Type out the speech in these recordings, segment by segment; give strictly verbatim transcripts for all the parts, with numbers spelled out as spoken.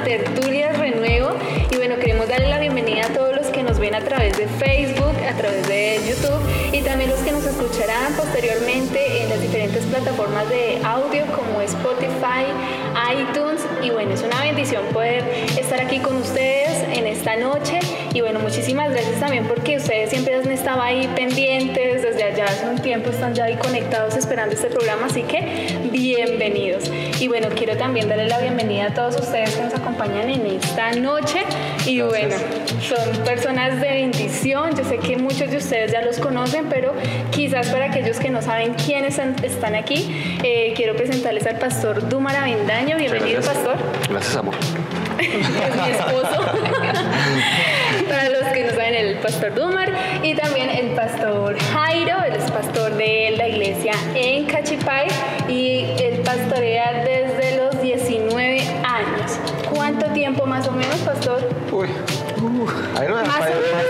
Tertulias Renuevo. Y bueno, queremos darle la bienvenida a todos los que nos ven a través de Facebook, a través de YouTube y también los que nos escucharán posteriormente en las diferentes plataformas de audio como Spotify, iTunes. Y bueno, es una bendición poder estar aquí con ustedes en esta noche. Y bueno, muchísimas gracias también porque ustedes siempre han estado ahí pendientes, desde allá hace un tiempo están ya ahí conectados esperando este programa, así que bienvenidos. Y bueno, quiero también darle la bienvenida a todos ustedes que nos acompañan en esta noche. Y bueno, son personas de bendición. Yo sé que muchos de ustedes ya los conocen, pero quizás para aquellos que no saben quiénes están aquí, eh, quiero presentarles al pastor Dumar Avendaño. Bienvenido, pastor. Gracias, amor. Es mi esposo. Para los que no saben, el pastor Dumar y también el pastor Jairo, él es pastor de la iglesia en Cachipay y él pastorea desde los diecinueve años. ¿Cuánto tiempo más o menos, pastor? Uy, uh, ahí no me más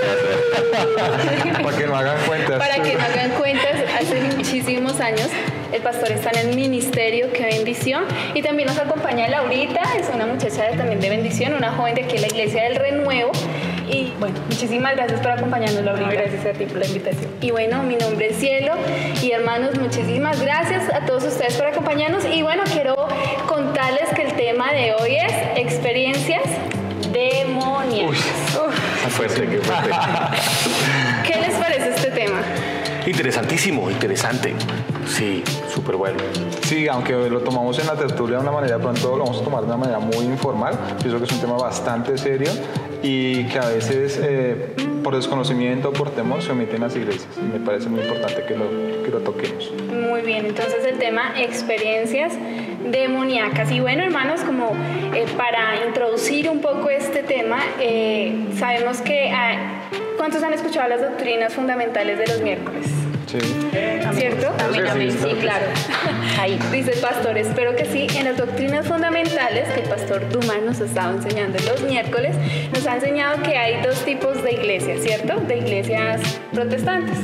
para que no hagan cuentas. Para que no hagan cuentas, hace muchísimos años. El pastor está en el ministerio, qué bendición. Y también nos acompaña Laurita, es una muchacha también de bendición, una joven de aquí en la iglesia del Renuevo. Y bueno, muchísimas gracias por acompañarnos, Laurita. Gracias a ti por la invitación. Y bueno, mi nombre es Cielo. Y hermanos, muchísimas gracias a todos ustedes por acompañarnos. Y bueno, quiero contarles que el tema de hoy es experiencias demoníacas. Uy, qué fuerte, qué fuerte. ¿Qué les parece este tema? Interesantísimo, interesante. Sí, súper bueno. Sí, aunque lo tomamos en la tertulia de una manera, pronto lo vamos a tomar de una manera muy informal. Pienso que es un tema bastante serio y que a veces eh, por desconocimiento o por temor se omiten las iglesias. Y me parece muy importante que lo, que lo toquemos. Muy bien, entonces el tema experiencias demoníacas. Y bueno, hermanos, como eh, para introducir un poco este tema, eh, sabemos que hay, ¿cuántos han escuchado las doctrinas fundamentales de los miércoles? Sí. ¿Cierto? Amén, amén, sí, claro. Ahí dice el pastor, espero que sí. En las doctrinas fundamentales que el pastor Dumar nos ha estado enseñando los miércoles, nos ha enseñado que hay dos tipos de iglesias, ¿cierto? De iglesias protestantes.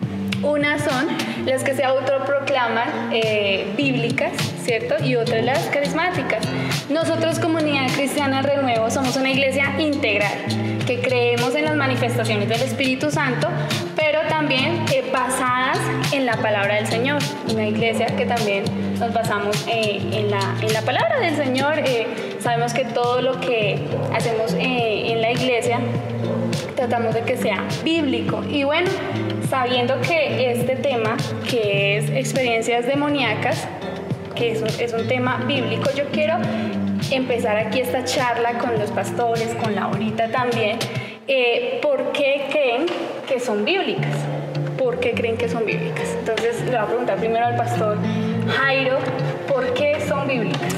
Unas son las que se autoproclaman eh, bíblicas, ¿cierto? Y otras las carismáticas. Nosotros, Comunidad Cristiana Renuevo, somos una iglesia integral que creemos en las manifestaciones del Espíritu Santo, pero también eh, basadas en la palabra del Señor. Una iglesia que también nos basamos eh, en, la, en la palabra del Señor. Eh, sabemos que todo lo que hacemos eh, en la iglesia tratamos de que sea bíblico. Y bueno, sabiendo que este tema, que es experiencias demoníacas, que es un, es un tema bíblico, yo quiero empezar aquí esta charla con los pastores, con Laurita también. Eh, ¿Por qué creen que son bíblicas? ¿Por qué creen que son bíblicas? Entonces le voy a preguntar primero al pastor Jairo, ¿por qué son bíblicas?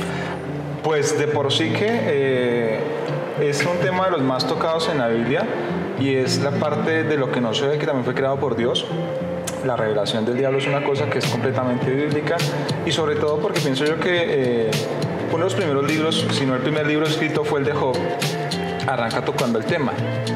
Pues de por sí que eh, es un tema de los más tocados en la Biblia y es la parte de lo que no se ve, que también fue creado por Dios. La revelación del diablo es una cosa que es completamente bíblica y sobre todo porque pienso yo que eh, uno de los primeros libros, si no el primer libro escrito fue el de Job, arranca tocando el tema,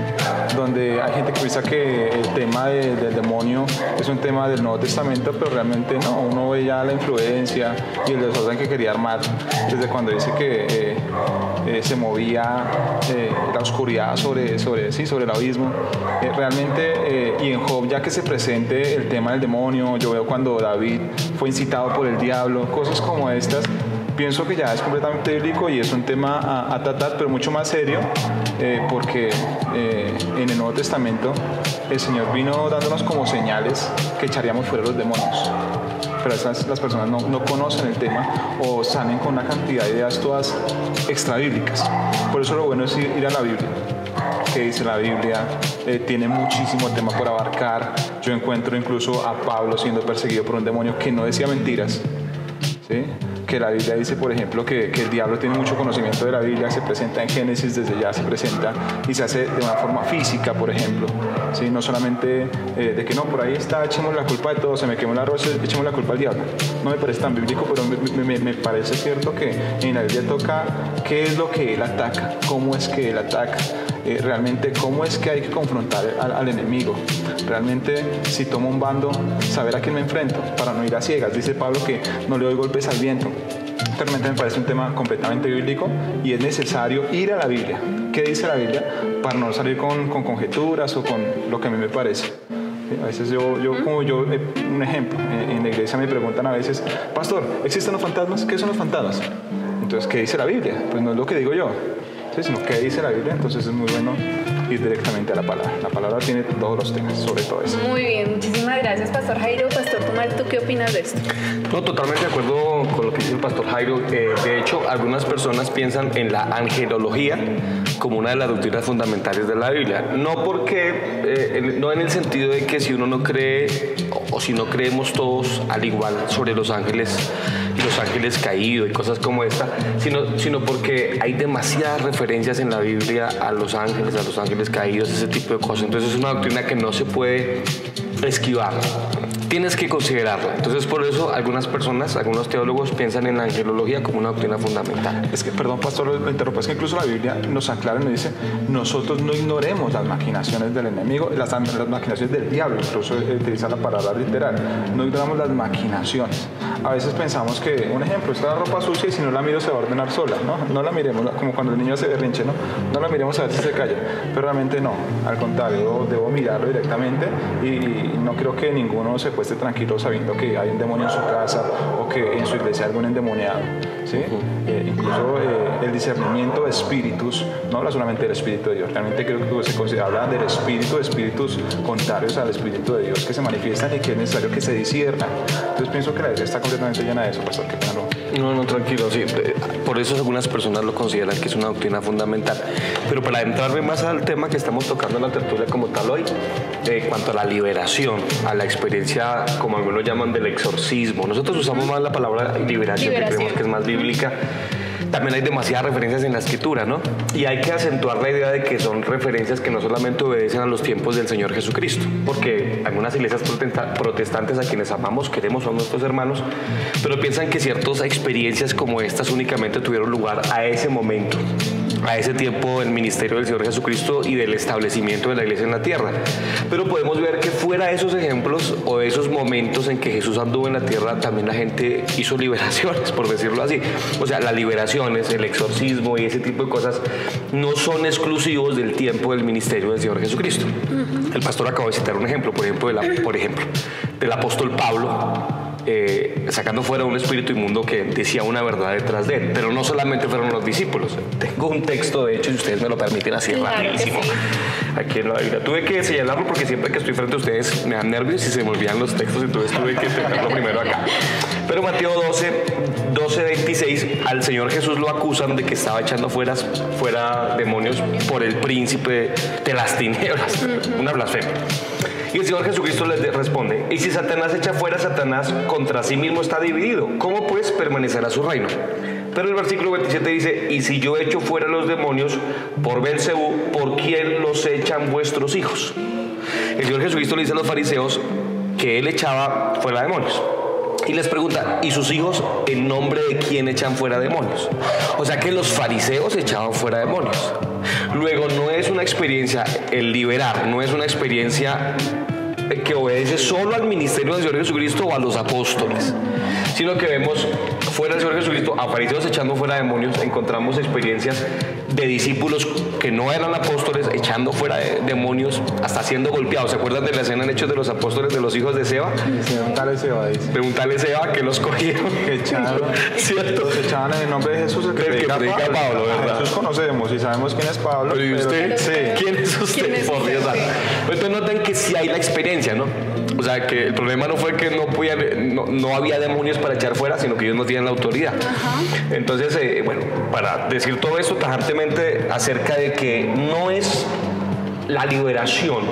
donde hay gente que piensa que el tema de, del demonio es un tema del Nuevo Testamento, pero realmente no, uno ve ya la influencia y el desorden que quería armar desde cuando dice que eh, eh, se movía eh, la oscuridad sobre, sobre, sí, sobre el abismo. Eh, realmente, eh, y en Job ya que se presente el tema del demonio, yo veo cuando David fue incitado por el diablo, cosas como estas, pienso que ya es completamente bíblico y es un tema a, a tratar, pero mucho más serio, eh, porque eh, en el Nuevo Testamento el Señor vino dándonos como señales que echaríamos fuera los demonios. Pero esas, las personas no, no conocen el tema o salen con una cantidad de ideas todas extrabíblicas. Por eso lo bueno es ir, ir a la Biblia. Que dice la Biblia, eh, tiene muchísimo tema por abarcar. Yo encuentro incluso a Pablo siendo perseguido por un demonio que no decía mentiras, ¿sí? Que la Biblia dice, por ejemplo, que, que el diablo tiene mucho conocimiento de la Biblia, se presenta en Génesis, desde ya se presenta y se hace de una forma física, por ejemplo, ¿sí? No solamente eh, de que no, por ahí está, echemos la culpa de todo, se me quemó el arroz, echemos la culpa al diablo. No me parece tan bíblico, pero me, me, me parece cierto que en la Biblia toca qué es lo que él ataca, cómo es que él ataca. Eh, realmente cómo es que hay que confrontar al, al enemigo. Realmente, si tomo un bando, saber a quién me enfrento para no ir a ciegas. Dice Pablo que no le doy golpes al viento, realmente me parece un tema completamente bíblico y es necesario ir a la Biblia. ¿Qué dice la Biblia? Para no salir con, con conjeturas o con lo que a mí me parece. ¿Sí? A veces yo, yo como yo, eh, un ejemplo, en, en la iglesia me preguntan a veces, pastor, ¿existen los fantasmas? ¿Qué son los fantasmas? Entonces, ¿qué dice la Biblia? Pues no es lo que digo yo, ¿sí? Sino qué dice la Biblia. Entonces es muy bueno ir directamente a la palabra. La palabra tiene todos los temas, sobre todo eso. Muy bien, muchísimas gracias, Pastor Jairo. Pastor Tomás, ¿tú qué opinas de esto? No, totalmente de acuerdo con lo que dice el Pastor Jairo. Eh, de hecho, algunas personas piensan en la angelología como una de las doctrinas fundamentales de la Biblia. No porque, eh, en, no en el sentido de que si uno no cree o, o si no creemos todos al igual sobre los ángeles y los ángeles caídos y cosas como esta, sino, sino porque hay demasiadas referencias en la Biblia a los ángeles, a los ángeles caídos, ese tipo de cosas. Entonces es una doctrina que no se puede esquivar. Tienes que considerarla. Entonces, por eso algunas personas, algunos teólogos piensan en la angelología como una doctrina fundamental. Es que, perdón, pastor, lo interrumpo, es que incluso la Biblia nos aclara y nos dice, nosotros no ignoremos las maquinaciones del enemigo, las, las maquinaciones del diablo, incluso utiliza la palabra literal, no ignoramos las maquinaciones. A veces pensamos que, un ejemplo, está la ropa sucia y si no la miro se va a ordenar sola, ¿no? No la miremos, como cuando el niño se berrinche, ¿no? No la miremos a ver si se calla, pero realmente no, al contrario, debo, debo mirarlo directamente y no creo que ninguno se puede esté tranquilo sabiendo que hay un demonio en su casa o que en su iglesia hay algún endemoniado, ¿sí? Uh-huh. eh, incluso eh, el discernimiento de espíritus no habla solamente del Espíritu de Dios, realmente creo que se considera, habla del espíritu, de espíritus contrarios al Espíritu de Dios que se manifiestan y que es necesario que se disciernan. Entonces pienso que la iglesia está completamente llena de eso, pastor, qué pena lo... No, no, tranquilo, sí. Por eso algunas personas lo consideran que es una doctrina fundamental. Pero para entrarme más al tema que estamos tocando en la tertulia como tal hoy, eh, cuanto a la liberación, a la experiencia, como algunos llaman, del exorcismo. Nosotros usamos más la palabra liberación, liberación. que creemos que es más bíblica. También hay demasiadas referencias en la Escritura, ¿no? Y hay que acentuar la idea de que son referencias que no solamente obedecen a los tiempos del Señor Jesucristo, porque algunas iglesias protestantes a quienes amamos, queremos, son nuestros hermanos, pero piensan que ciertas experiencias como estas únicamente tuvieron lugar a ese momento, a ese tiempo del ministerio del Señor Jesucristo y del establecimiento de la iglesia en la tierra. Pero podemos ver que fuera de esos ejemplos o de esos momentos en que Jesús anduvo en la tierra, también la gente hizo liberaciones, por decirlo así. O sea, las liberaciones, el exorcismo y ese tipo de cosas no son exclusivos del tiempo del ministerio del Señor Jesucristo. Uh-huh. El pastor acabó de citar un ejemplo, por ejemplo, de la, por ejemplo, del apóstol Pablo, Eh, sacando fuera un espíritu inmundo que decía una verdad detrás de él. Pero no solamente fueron los discípulos. Tengo un texto, de hecho, si ustedes me lo permiten, así claro rapidísimo. Sí. Aquí en la Biblia. Tuve que señalarlo porque siempre que estoy frente a ustedes me dan nervios y se me olvidan los textos, entonces tuve que tenerlo primero acá. Pero Mateo doce, doce, veintiséis, al Señor Jesús lo acusan de que estaba echando fuera, fuera demonios por el príncipe de las tinieblas. Una blasfemia. Y el Señor Jesucristo les responde, y si Satanás echa fuera a Satanás, contra sí mismo está dividido, ¿cómo pues permanecerá su reino? Pero el versículo veintisiete dice, y si yo echo fuera los demonios por Belcebú, ¿por quién los echan vuestros hijos? El Señor Jesucristo le dice a los fariseos que él echaba fuera demonios. Y les pregunta, ¿y sus hijos en nombre de quién echan fuera demonios? O sea que los fariseos echaban fuera demonios. Luego, no es una experiencia, el liberar, no es una experiencia que obedece solo al ministerio del Señor Jesucristo o a los apóstoles, sino que vemos fuera del Señor Jesucristo a fariseos echando fuera demonios, encontramos experiencias de discípulos que no eran apóstoles echando fuera de demonios, hasta siendo golpeados. ¿Se acuerdan de la escena en Hechos de los Apóstoles de los hijos de Seba? Preguntale Seba, dice. Preguntale Seba que los cogieron. Que echaron, ¿cierto? Los echaban en el nombre de Jesús, el que, el predica, que predica Pablo. Pablo, ¿verdad? Jesús conocemos y sabemos quién es Pablo. Pero ¿y usted? Pero, sí. ¿Quién es usted? ¿Quién es Por Dios santo. Entonces noten que sí hay la experiencia, ¿no? O sea, que el problema no fue que no, podían, no, no había demonios para echar fuera, sino que ellos no tienen la autoridad. Ajá. Entonces, eh, bueno, para decir todo esto tajantemente acerca de que no es la liberación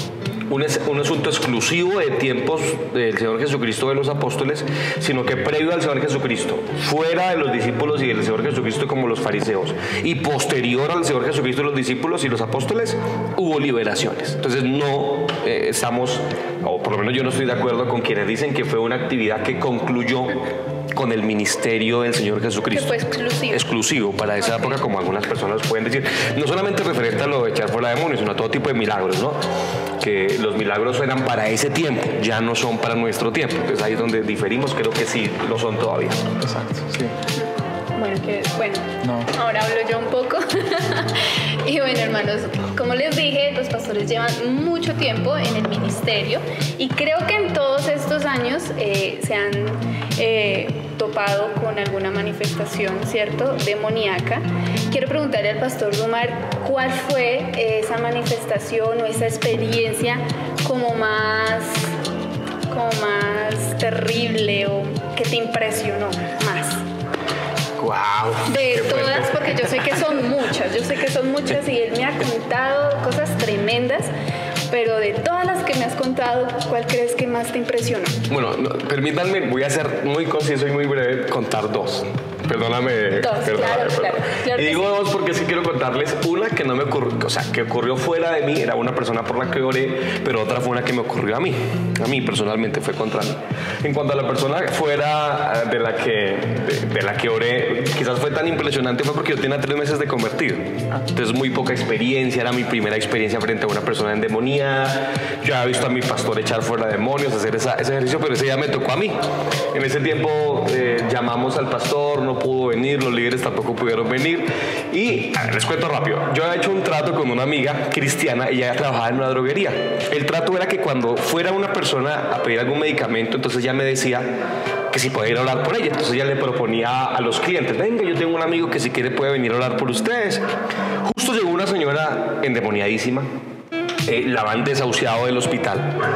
un, es, un asunto exclusivo de tiempos del Señor Jesucristo de los apóstoles, sino que previo al Señor Jesucristo, fuera de los discípulos y del Señor Jesucristo como los fariseos, y posterior al Señor Jesucristo los discípulos y los apóstoles, hubo liberaciones. Entonces no eh, estamos, o por lo menos yo no estoy de acuerdo con quienes dicen que fue una actividad que concluyó con el ministerio del Señor Jesucristo. Que fue exclusivo. Exclusivo para esa okay. época, como algunas personas pueden decir. No solamente referente a lo de echar fuera demonios, sino a todo tipo de milagros, ¿no? Que los milagros eran para ese tiempo, ya no son para nuestro tiempo. Entonces ahí es donde diferimos, creo que sí lo son todavía. Exacto, sí. que, bueno, No. ahora hablo yo un poco. Y bueno, hermanos, como les dije, los pastores llevan mucho tiempo en el ministerio y creo que en todos estos años eh, se han eh, topado con alguna manifestación, ¿cierto?, demoníaca. Quiero preguntarle al pastor Dumar cuál fue esa manifestación o esa experiencia como más, como más terrible o que te impresionó más. Wow. De qué todas, fuerte. porque yo sé que son muchas, yo sé que son muchas y él me ha contado cosas tremendas, pero de todas las que me has contado, ¿cuál crees que más te impresionó? Bueno, no, permítanme, voy a ser muy conciso y muy breve, contar dos. Perdóname. Dos, perdóname, claro, perdóname. claro, claro Y que digo dos porque sí quiero contarles una que no me ocurrió, o sea, que ocurrió fuera de mí, era una persona por la que oré, pero otra fue una que me ocurrió a mí. A mí personalmente fue contra mí. En cuanto a la persona fuera de la que, de, de la que oré, quizás fue tan impresionante fue porque yo tenía tres meses de convertido. Entonces muy poca experiencia, era mi primera experiencia frente a una persona endemoniada. Yo había visto a mi pastor echar fuera demonios, hacer esa, ese ejercicio, pero ese día me tocó a mí. En ese tiempo eh, llamamos al pastor, no pudo venir, los líderes tampoco pudieron venir. Y a ver, les cuento rápido. Yo había hecho un trato con una amiga cristiana, ella trabajaba en una droguería. El trato era que cuando fuera una persona a pedir algún medicamento, entonces ella me decía que si podía ir a orar por ella. Entonces ella le proponía a los clientes: venga, yo tengo un amigo que si quiere puede venir a orar por ustedes. Justo llegó una señora endemoniadísima. Eh, la van desahuciado del hospital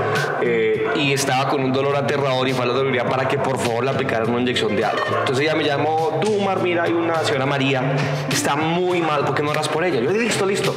eh, y estaba con un dolor aterrador y fue a la droguería para que por favor le aplicaran una inyección de algo. Entonces ella me llamó: Dumar, mira, hay una señora María, está muy mal, ¿por qué no oras por ella? Yo dije: listo, listo.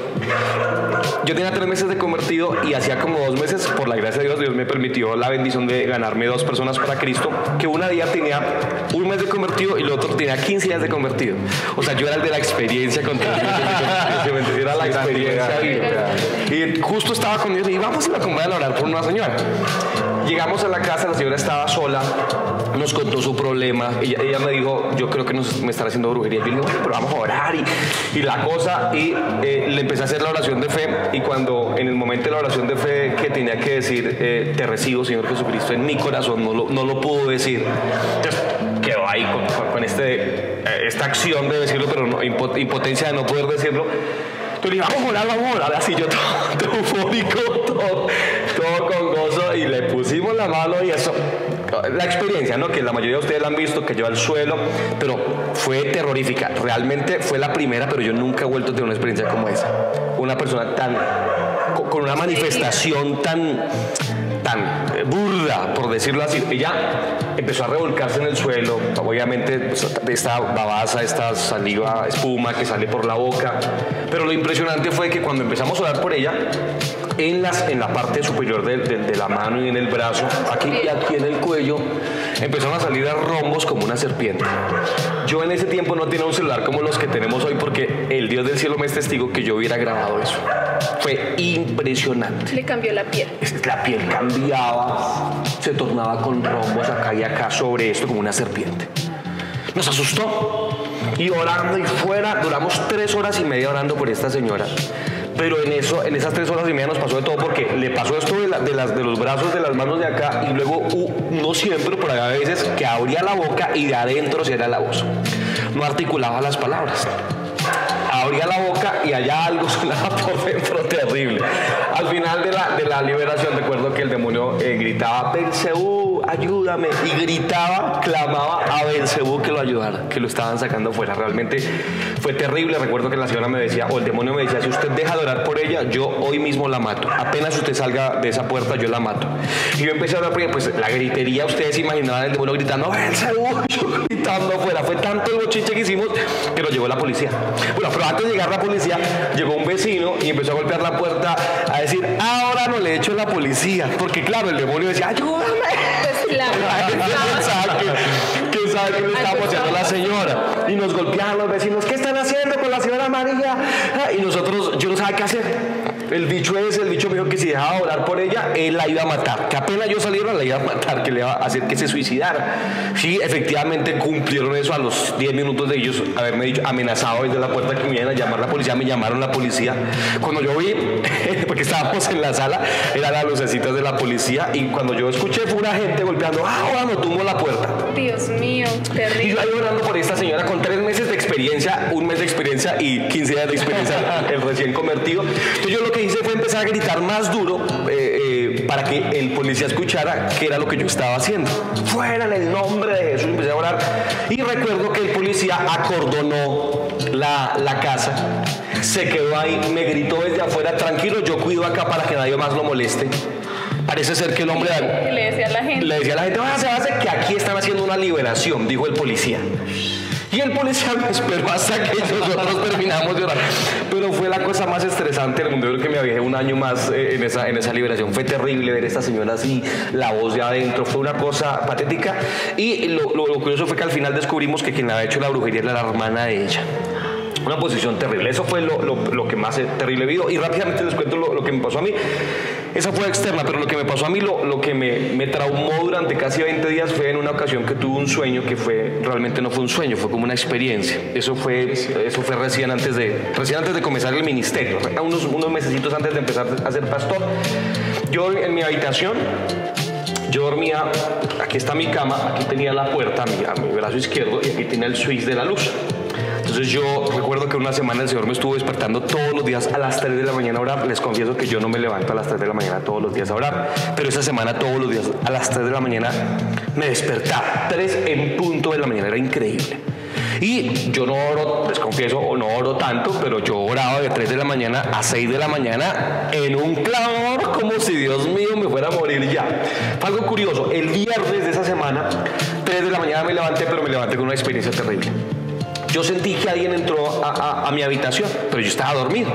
Yo tenía tres meses de convertido y hacía como dos meses, por la gracia de Dios, Dios me permitió la bendición de ganarme dos personas para Cristo, que una de ellas tenía un mes de convertido y el otro tenía quince días de convertido. O sea, yo era el de la experiencia con tres meses de convertido, era la experiencia viva. Y justo estaba con Dios y vamos a la acompañar a orar por una señora. Llegamos a la casa, la señora estaba sola, nos contó su problema. Ella, ella me dijo: yo creo que nos, me están haciendo brujería. Yo le dije: bueno, pero vamos a orar y, y la cosa. Y eh, le empecé a hacer la oración de fe. Y cuando en el momento de la oración de fe que tenía que decir eh, te recibo, Señor Jesucristo, en mi corazón no lo, no lo pudo decir. Entonces quedó ahí con, con, con este, eh, esta acción de decirlo, pero no, impotencia de no poder decirlo. Entonces le dije: vamos a orar, vamos a orar. Así yo todo, todo eufórico, todo, todo con gozo, y le pusimos la mano y eso. La experiencia, ¿no?, que la mayoría de ustedes la han visto, que yo al suelo, pero fue terrorífica. Realmente fue la primera, pero yo nunca he vuelto a tener una experiencia como esa. Una persona tan, con una manifestación tan, tan burda, por decirlo así. Ella empezó a revolcarse en el suelo, obviamente esta babasa, esta saliva, espuma que sale por la boca. Pero lo impresionante fue que cuando empezamos a orar por ella, en, las, en la parte superior de, de, de la mano y en el brazo, aquí y aquí en el cuello, empezaron a salir rombos como una serpiente. Yo en ese tiempo no tenía un celular como los que tenemos hoy, porque el Dios del cielo me es testigo que yo hubiera grabado eso. Fue impresionante. Le cambió la piel. La piel cambiaba, se tornaba con rombos acá y acá sobre esto como una serpiente. Nos asustó. Y orando y fuera, duramos tres horas y media orando por esta señora. Pero en eso, en esas tres horas y media nos pasó de todo, porque le pasó esto de, la, de, las, de los brazos, de las manos de acá, y luego, uh, no siempre, pero había veces que abría la boca y de adentro se era la voz. No articulaba las palabras. Abría la boca y allá algo sonaba por dentro terrible. Al final de la, de la liberación, recuerdo que el demonio eh, gritaba: Belcebú, ayúdame. Y gritaba, clamaba a Belcebú que lo ayudara, que lo estaban sacando fuera. Realmente fue terrible. Recuerdo que la señora me decía, o el demonio me decía: si usted deja de orar por ella, yo hoy mismo la mato. Apenas usted salga de esa puerta, yo la mato. Y yo empecé a orar por ella, pues la gritería, ustedes se imaginarán el demonio gritando: Belcebú, yo gritando afuera. Fue tanto el bochinche que hicimos que nos llegó la policía. Bueno, pero antes de llegar la policía, llegó un vecino y empezó a golpear la puerta a decir: ahora no le echo la policía. Porque claro, el demonio decía: ayúdame. Pues claro. ¿Quién sabe qué, quién sabe qué le estaba haciendo la señora? Y nos golpeaban los vecinos: ¿qué están haciendo con la señora María? Y nosotros, yo no sabía qué hacer. El bicho ese, el bicho me dijo que si dejaba de orar por ella, él la iba a matar. Que apenas yo saliera, la iba a matar, que le iba a hacer que se suicidara. Sí, efectivamente cumplieron eso a los diez minutos de ellos haberme dicho, amenazado desde la puerta que me iban a llamar la policía. Me llamaron la policía. Cuando yo vi, porque estábamos en la sala, eran las lucecitas de la policía. Y cuando yo escuché, fue una gente golpeando: ahora no tumbo la puerta. Dios mío, Y terrible. yo ahí orando por esta señora con tres meses de experiencia experiencia, un mes de experiencia y quince días de experiencia, el recién convertido. Entonces yo lo que hice fue empezar a gritar más duro eh, eh, para que el policía escuchara qué era lo que yo estaba haciendo. Fuera en el nombre de Jesús, empecé a orar. Y recuerdo que el policía acordonó la, la casa, se quedó ahí, me gritó desde afuera, tranquilo, yo cuido acá para que nadie más lo moleste. Parece ser que el hombre le decía a la gente, le decía a la gente, váyase, váyase, que aquí están haciendo una liberación, dijo el policía. Y el policía me esperó hasta que nosotros terminamos de orar. Pero fue la cosa más estresante del mundo. Yo creo que me viajé un año más eh, en, esa, en esa liberación. Fue terrible ver a esta señora así, la voz de adentro. Fue una cosa patética. Y lo, lo, lo curioso fue que al final descubrimos que quien había hecho la brujería era la hermana de ella. Una posición terrible. Eso fue lo, lo, lo que más terrible vi. Y rápidamente les cuento lo, lo que me pasó a mí. Esa fue externa, pero lo que me pasó a mí, lo, lo que me, me traumó durante casi veinte días fue en una ocasión que tuve un sueño que fue, realmente no fue un sueño, fue como una experiencia. Eso fue, eso fue recién, antes de, recién antes de comenzar el ministerio, unos, unos mesecitos antes de empezar a ser pastor. Yo en mi habitación, yo dormía, aquí está mi cama, aquí tenía la puerta a mi, a mi brazo izquierdo y aquí tenía el switch de la luz. Entonces yo recuerdo que una semana el Señor me estuvo despertando todos los días a las tres de la mañana a orar. Les confieso que yo no me levanto a las tres de la mañana todos los días a orar, pero esa semana todos los días a las tres de la mañana me despertaba. tres en punto de la mañana, era increíble. Y yo no oro, les confieso, o no oro tanto, pero yo oraba de tres de la mañana a seis de la mañana en un clamor como si Dios mío me fuera a morir ya. Fue algo curioso, el viernes de esa semana, tres de la mañana me levanté, pero me levanté con una experiencia terrible. Yo sentí que alguien entró a, a, a mi habitación, pero yo estaba dormido.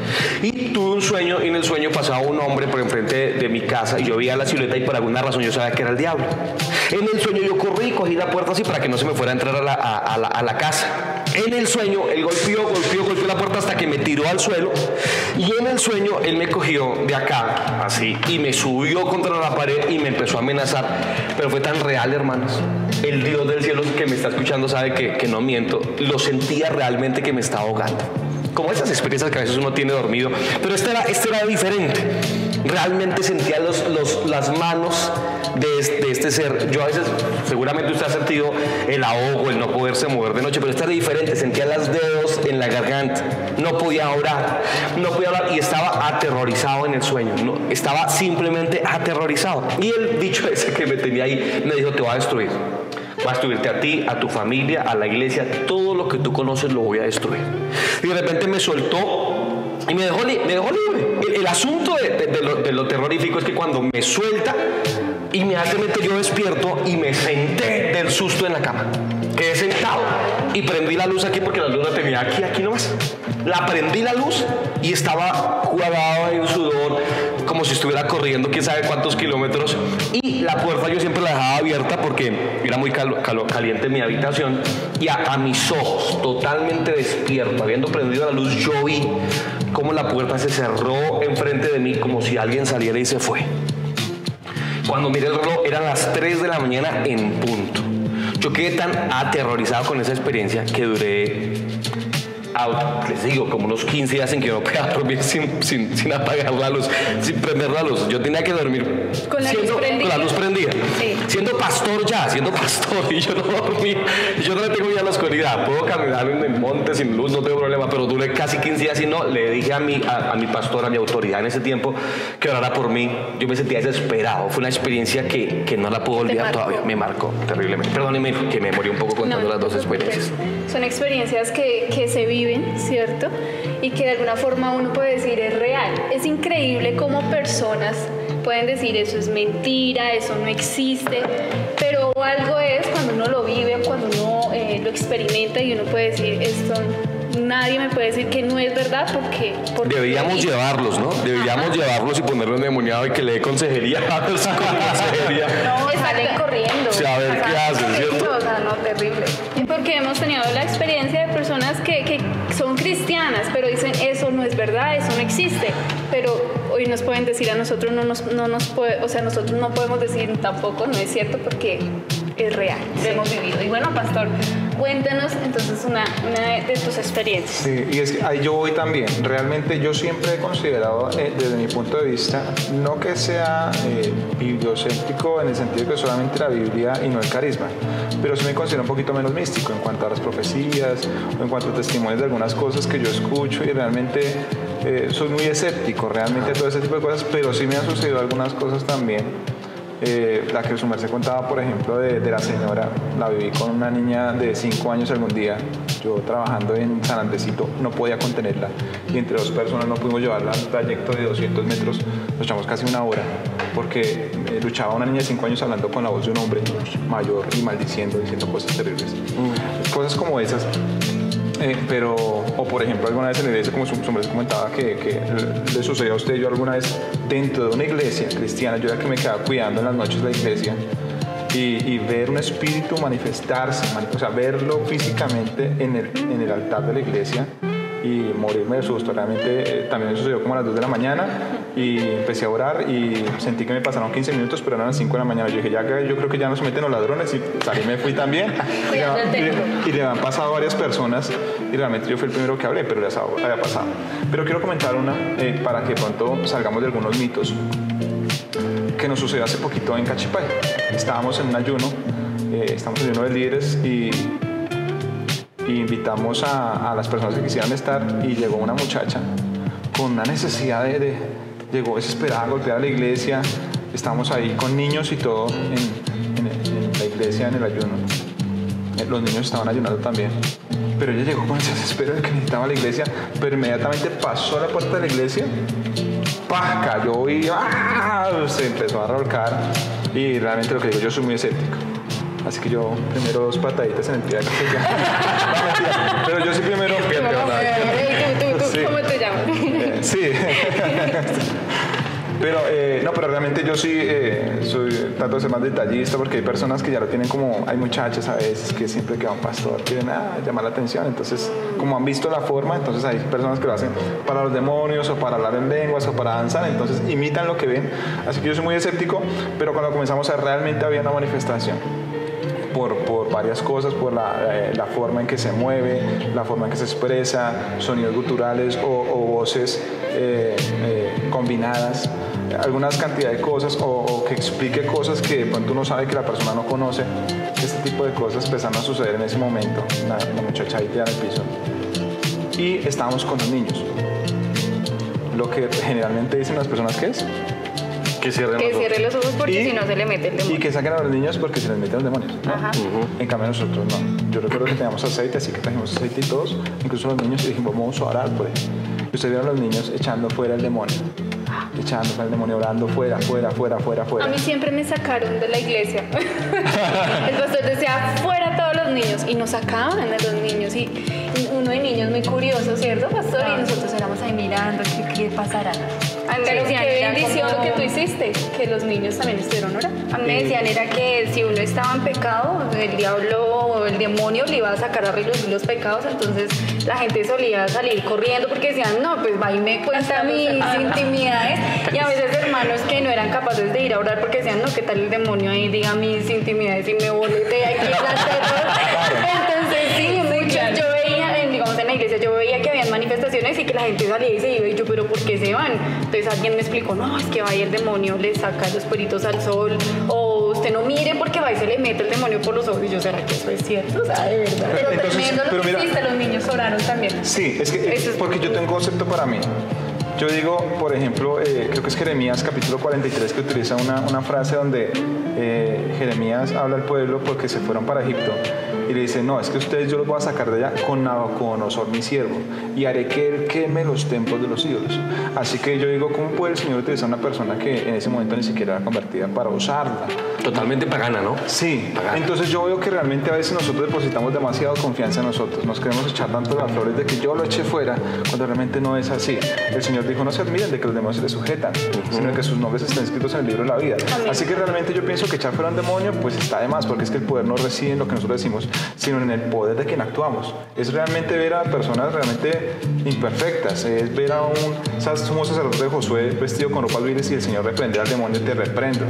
Y tuve un sueño, y en el sueño pasaba un hombre por enfrente de, de mi casa, y yo veía la silueta, y por alguna razón yo sabía que era el diablo. En el sueño yo corrí y cogí la puerta así para que no se me fuera a entrar a la, a, a la, a la casa. En el sueño él golpeó, golpeó, golpeó la puerta hasta que me tiró al suelo. Y en el sueño él me cogió de acá, así, y me subió contra la pared y me empezó a amenazar. Pero fue tan real, hermanos. El Dios del cielo que me está escuchando sabe que, que no miento. Lo sentía realmente que me estaba ahogando. Como esas experiencias que a veces uno tiene dormido. Pero este era, este era diferente. Realmente sentía los, los, las manos de este, de este ser. Yo a veces, seguramente usted ha sentido el ahogo, el no poderse mover de noche, pero este era diferente. Sentía los dedos en la garganta. No podía orar, no podía hablar y estaba aterrorizado en el sueño. No, estaba simplemente aterrorizado. Y el bicho ese que me tenía ahí me dijo, te va a destruir. Va a destruirte a ti, a tu familia, a la iglesia, todo lo que tú conoces lo voy a destruir. Y de repente me soltó y me dejó, li me dejó libre. El, el asunto de, de, de, lo, de lo terrorífico es que cuando me suelta, inmediatamente yo despierto y me senté del susto en la cama. Quedé sentado y prendí la luz aquí porque la luz la tenía aquí, aquí nomás. La prendí la luz y estaba cuadrado en sudor, como si estuviera corriendo quién sabe cuántos kilómetros. Y la puerta yo siempre la dejaba abierta porque era muy calo, calo, caliente en mi habitación. Y a, a mis ojos, totalmente despierto, habiendo prendido la luz, yo vi cómo la puerta se cerró enfrente de mí como si alguien saliera y se fue. Cuando miré el reloj eran las tres de la mañana en punto. Yo quedé tan aterrorizado con esa experiencia que duré, out, les digo, como unos quince días en que no podía dormir sin, sin, sin apagar la luz, sin prender la luz. Yo tenía que dormir con la, siendo, luz, prendida. Con la luz prendida. Sí. Siendo pastor ya, siendo pastor, y yo no dormí. Y yo no le tengo ya la oscuridad. Puedo caminar en el monte sin luz, no tengo problema, pero duré casi quince días y no. Le dije a mi, a, a mi pastor, a mi autoridad en ese tiempo, que orara por mí. Yo me sentía desesperado. Fue una experiencia que, que no la puedo olvidar todavía. Me marcó terriblemente. Perdóneme que me morí un poco contando no, las dos experiencias. Son experiencias que, que se viven, ¿cierto? Y que de alguna forma uno puede decir es real. Es increíble cómo personas pueden decir eso es mentira, eso no existe, pero algo es cuando uno lo vive, cuando uno eh, lo experimenta y uno puede decir esto. Nadie me puede decir que no es verdad porque... porque Deberíamos porque... llevarlos, ¿no? Deberíamos Ajá. llevarlos y ponerlos endemoniado y que le dé consejería a ver si con consejería. No, salen corriendo. O sea, a ver qué hacen, ¿cierto? O sea, no, terrible. Porque hemos tenido la experiencia de personas que, que son cristianas, pero dicen eso no es verdad, eso no existe. Pero hoy nos pueden decir a nosotros, no nos, no nos puede, o sea, nosotros no podemos decir tampoco, no es cierto, porque es real, lo hemos vivido. Y bueno, pastor, Cuéntanos entonces una, una de tus experiencias. Sí, y es que ahí yo voy también. Realmente yo siempre he considerado, eh, desde mi punto de vista, no que sea eh, bibliocéntrico en el sentido de que solamente la Biblia y no el carisma, pero sí me considero un poquito menos místico en cuanto a las profecías o en cuanto a testimonios de algunas cosas que yo escucho, y realmente eh, soy muy escéptico realmente a todo ese tipo de cosas, pero sí me han sucedido algunas cosas también. Eh, la que su merced contaba, por ejemplo, de, de la señora, la viví con una niña de cinco años algún día. Yo trabajando en San Andresito no podía contenerla, y entre dos personas no pudimos llevarla al trayecto de doscientos metros, nos echamos casi una hora, porque eh, luchaba una niña de cinco años hablando con la voz de un hombre mayor y maldiciendo, diciendo cosas terribles. Mm. Cosas como esas. Eh, pero, o por ejemplo, alguna vez en la iglesia, como su, su merced comentaba, que, que le sucedió a usted, yo alguna vez dentro de una iglesia cristiana, yo era que me quedaba cuidando en las noches de la iglesia, y, y ver un espíritu manifestarse, o sea, verlo físicamente en el, en el altar de la iglesia, y morirme de susto. Realmente eh, también me sucedió como a las dos de la mañana, y empecé a orar y sentí que me pasaron quince minutos, pero eran las cinco de la mañana. Yo dije, ya que yo creo que ya no se meten los ladrones, y salí, me fui también. y, le, y le han pasado varias personas, y realmente yo fui el primero que hablé, pero ya había pasado. Pero quiero comentar una eh, para que pronto salgamos de algunos mitos que nos sucedió hace poquito en Cachipay. Estábamos en un ayuno, eh, estamos en ayuno de líderes, y y invitamos a, a las personas que quisieran estar, y llegó una muchacha con una necesidad de, de llegó desesperada a golpear a la iglesia. Estamos ahí con niños y todo en, en, en la iglesia, en el ayuno. Los niños estaban ayunando también, pero ella llegó con ese desespero de que necesitaba la iglesia, pero inmediatamente pasó a la puerta de la iglesia, ¡pah!, cayó y ¡ah!, se empezó a revolcar. Y realmente lo que digo, yo soy muy escéptico. Así que yo primero dos pataditas en el pie de aquella. No, mentira. Pero yo sí primero... ¿Tú, tú, ¿Cómo te llamas? Eh, sí. Pero, eh, no, pero realmente yo sí eh, soy, trato de ser más detallista, porque hay personas que ya lo tienen como... Hay muchachas a veces que siempre que va un pastor quieren ah, llamar la atención. Entonces, como han visto la forma, entonces hay personas que lo hacen para los demonios, o para hablar en lenguas, o para danzar. Entonces imitan lo que ven. Así que yo soy muy escéptico, pero cuando comenzamos a realmente había una manifestación. Por, por varias cosas, por la, eh, la forma en que se mueve, la forma en que se expresa, sonidos guturales o, o voces eh, eh, combinadas, algunas cantidad de cosas, o, o que explique cosas que de pronto uno sabe que la persona no conoce. Este tipo de cosas empezaron a suceder en ese momento. La, la muchacha ahí tirada en el piso, y estábamos con los niños. Lo que generalmente dicen las personas que es que cierren que los, cierre los ojos, porque y, si no se le mete el demonio. Y que saquen a los niños porque se les meten los demonios, ¿no? Ajá. Uh-huh. En cambio nosotros no. Yo recuerdo que teníamos aceite, así que trajimos aceite y todos, incluso los niños, y dijimos, vamos a orar por él. Y ustedes vieron a los niños echando fuera el demonio. Echando fuera el demonio, orando fuera, fuera, fuera, fuera, fuera. A mí siempre me sacaron de la iglesia. El pastor decía, fuera todos los niños. Y nos sacaban de los niños. Y uno de niños muy curioso, ¿cierto, pastor? Y nosotros éramos ahí mirando, ¿qué, qué pasará? Pero qué bendición como... lo que tú hiciste, que los niños también estuvieron orando. A mí me decían era que si uno estaba en pecado, el diablo o el demonio le iba a sacar a relucir los pecados, entonces la gente solía salir corriendo porque decían, no, pues va y me cuenta mis intimidades. Y a veces hermanos que no eran capaces de ir a orar porque decían, no, ¿qué tal el demonio ahí diga mis intimidades y me boletea aquí en la terror? Entonces sí, mucho, yo veía, digamos en la iglesia, yo veía que habían manifestaciones y que la gente salía y se iba, y yo, pero ¿por qué se van? Entonces alguien me explicó, no, es que va y el demonio le saca los cueritos al sol, o usted no mire porque va y se le mete el demonio por los ojos. Y yo, ¿será que eso es cierto? O sea, de verdad. Pero Entonces, tremendo lo pero que mira, hiciste, los niños oraron también. Sí, es que es porque yo tengo un concepto para mí. Yo digo, por ejemplo, eh, creo que es Jeremías capítulo cuarenta y tres, que utiliza una, una frase donde eh, Jeremías habla al pueblo porque se fueron para Egipto, y le dice, no, es que ustedes yo los voy a sacar de allá con Nabucodonosor mi siervo, y haré que él queme los templos de los ídolos. Así que yo digo, ¿cómo puede el Señor utilizar a una persona que en ese momento ni siquiera era convertida para usarla? Totalmente pagana, ¿no? Sí, Pagana. Entonces yo veo que realmente a veces nosotros depositamos demasiado confianza en nosotros, nos queremos echar tanto las flores de que yo lo eché fuera, cuando realmente no es así. El Señor dijo, no se admiren de que los demonios se les sujetan, uh-huh. sino que sus nombres están escritos en el libro de la vida. Amén. Así que realmente yo pienso que echar fuera un demonio pues está de más, porque es que el poder no reside en lo que nosotros decimos, sino en el poder de quien actuamos. Es realmente ver a personas realmente imperfectas, es ver a un sumo sacerdote de Josué vestido con ropas viles y el Señor reprende al demonio y te reprendo.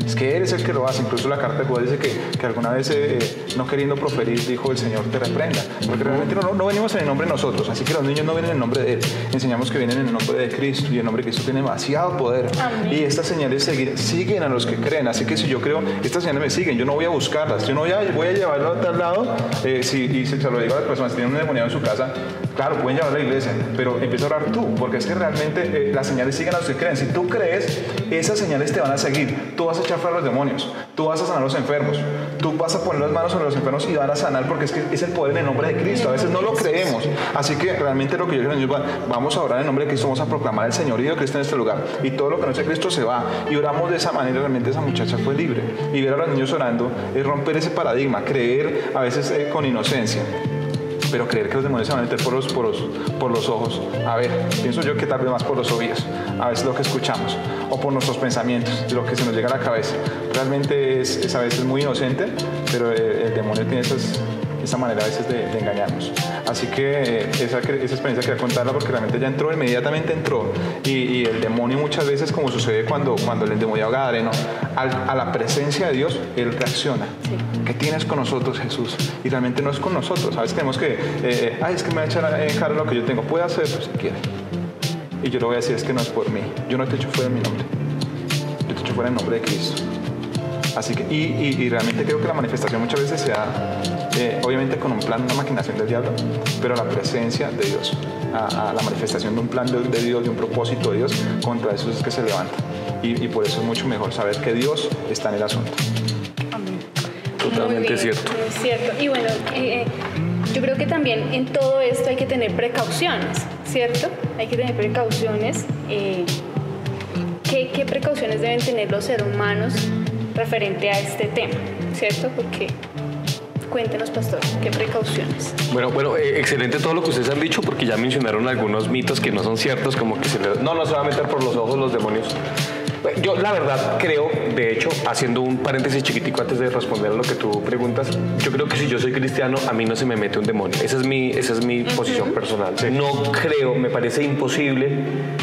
Es que Él es el que lo hace. Incluso la carta de Judas dice que, que alguna vez, eh, no queriendo proferir, dijo: el Señor te reprenda. Porque realmente no, no venimos en el nombre de nosotros, así que los niños no vienen en el nombre de Él. Enseñamos que vienen en el nombre de Cristo, y el nombre de Cristo tiene demasiado poder. Amén. Y estas señales siguen, siguen a los que creen. Así que si yo creo, estas señales me siguen, yo no voy a buscarlas, yo no voy a, voy a llevarlo a tal lado. Eh, si, y si se lo digo a las personas, si tienen un endemoniado en su casa, claro, pueden llevarlo a la iglesia, pero empieza a orar tú, porque es que realmente eh, las señales siguen a los que creen. Si tú crees, esas señales te van a seguir. Tú vas a echar fuera a los demonios, tú vas a sanar a los enfermos, tú vas a poner las manos sobre los enfermos y van a sanar, porque es que es el poder en el nombre de Cristo. A veces no lo creemos. Así que realmente lo que yo quiero decir, vamos a orar en el nombre de Cristo, vamos a proclamar el señorío de Cristo en este lugar, y todo lo que no sea Cristo se va, y oramos de esa manera. Realmente esa muchacha fue libre, y ver a los niños orando es romper ese paradigma, creer a veces eh, con inocencia, pero creer que los demonios se van a meter por los, por, los, por los ojos. A ver, pienso yo que tal vez más por los oídos, a veces lo que escuchamos, o por nuestros pensamientos, de lo que se nos llega a la cabeza. Realmente es, es a veces muy inocente, pero el, el demonio tiene esas, esa manera a veces de, de engañarnos. Así que eh, esa, esa experiencia quería contarla, porque realmente ya entró, inmediatamente entró, y, y el demonio muchas veces, como sucede cuando, cuando el endemoniado gadareno, al, a la presencia de Dios, él reacciona. Sí. ¿Qué tienes con nosotros, Jesús? Y realmente no es con nosotros. A veces tenemos que, eh, ay, es que me va a echar en cara lo que yo tengo. Puede hacerlo si quiere. Y yo le voy a decir, es que no es por mí. Yo no te echo fuera en mi nombre. Yo te echo fuera en nombre de Cristo. Así que, y, y, y realmente creo que la manifestación muchas veces se da, eh, obviamente con un plan, una maquinación del diablo, pero la presencia de Dios, a, a la manifestación de un plan de, de Dios, de un propósito de Dios, contra eso es que se levanta. Y, y por eso es mucho mejor saber que Dios está en el asunto. Amén. Totalmente cierto. Es cierto. Y bueno, eh, yo creo que también en todo esto hay que tener precauciones, ¿cierto? Hay que tener precauciones. Eh, ¿qué, ¿Qué precauciones deben tener los seres humanos referente a este tema, ¿cierto? Porque cuéntenos, pastor, ¿qué precauciones? Bueno, bueno, eh, excelente todo lo que ustedes han dicho, porque ya mencionaron algunos mitos que no son ciertos, como que se le, no, no se va a meter por los ojos los demonios. Yo la verdad creo, de hecho, haciendo un paréntesis chiquitico antes de responder a lo que tú preguntas, yo creo que si yo soy cristiano, a mí no se me mete un demonio. Esa es mi, esa es mi uh-huh. posición personal. Sí. No creo, me parece imposible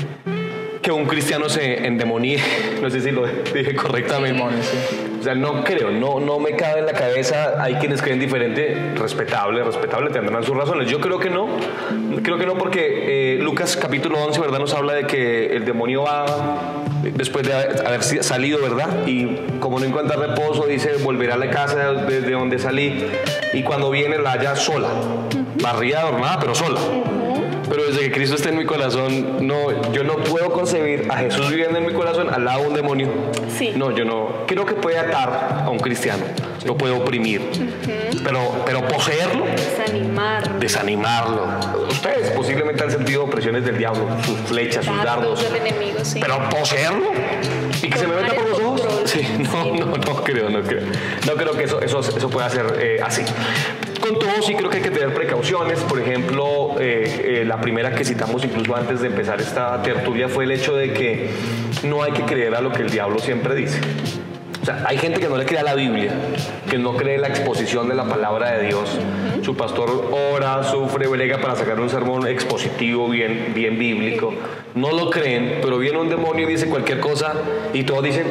que un cristiano se endemoníe, no sé si lo dije correctamente. Sí. O sea, no creo, no, no me cabe en la cabeza. Hay quienes creen diferente, respetable, respetable, tendrán sus razones. Yo creo que no, creo que no, porque eh, Lucas capítulo once, ¿verdad?, nos habla de que el demonio va después de haber salido, ¿verdad? Y como no encuentra reposo, dice, volverá a la casa desde donde salí, y cuando viene la halla sola, barrida, adornada, pero sola. Pero desde que Cristo está en mi corazón, no, yo no puedo concebir a Jesús viviendo en mi corazón al lado de un demonio. Sí. No, yo no. Creo que puede atar a un cristiano, sí. Lo puede oprimir, uh-huh. pero, pero poseerlo. Desanimarlo. Desanimarlo. Ustedes posiblemente han sentido opresiones del diablo, sus flechas, sus dardos. Del enemigo, sí. Pero poseerlo y que se me meta por los ojos. Sí, no, sí. no, no creo, no creo. No creo que eso, eso, eso pueda ser eh, así. Con todo, sí creo que hay que tener precauciones. Por ejemplo, eh, eh, la primera que citamos incluso antes de empezar esta tertulia fue el hecho de que no hay que creer a lo que el diablo siempre dice. O sea, hay gente que no le cree a la Biblia, que no cree la exposición de la palabra de Dios. Uh-huh. Su pastor ora, sufre, brega para sacar un sermón expositivo bien, bien bíblico. No lo creen, pero viene un demonio y dice cualquier cosa y todos dicen,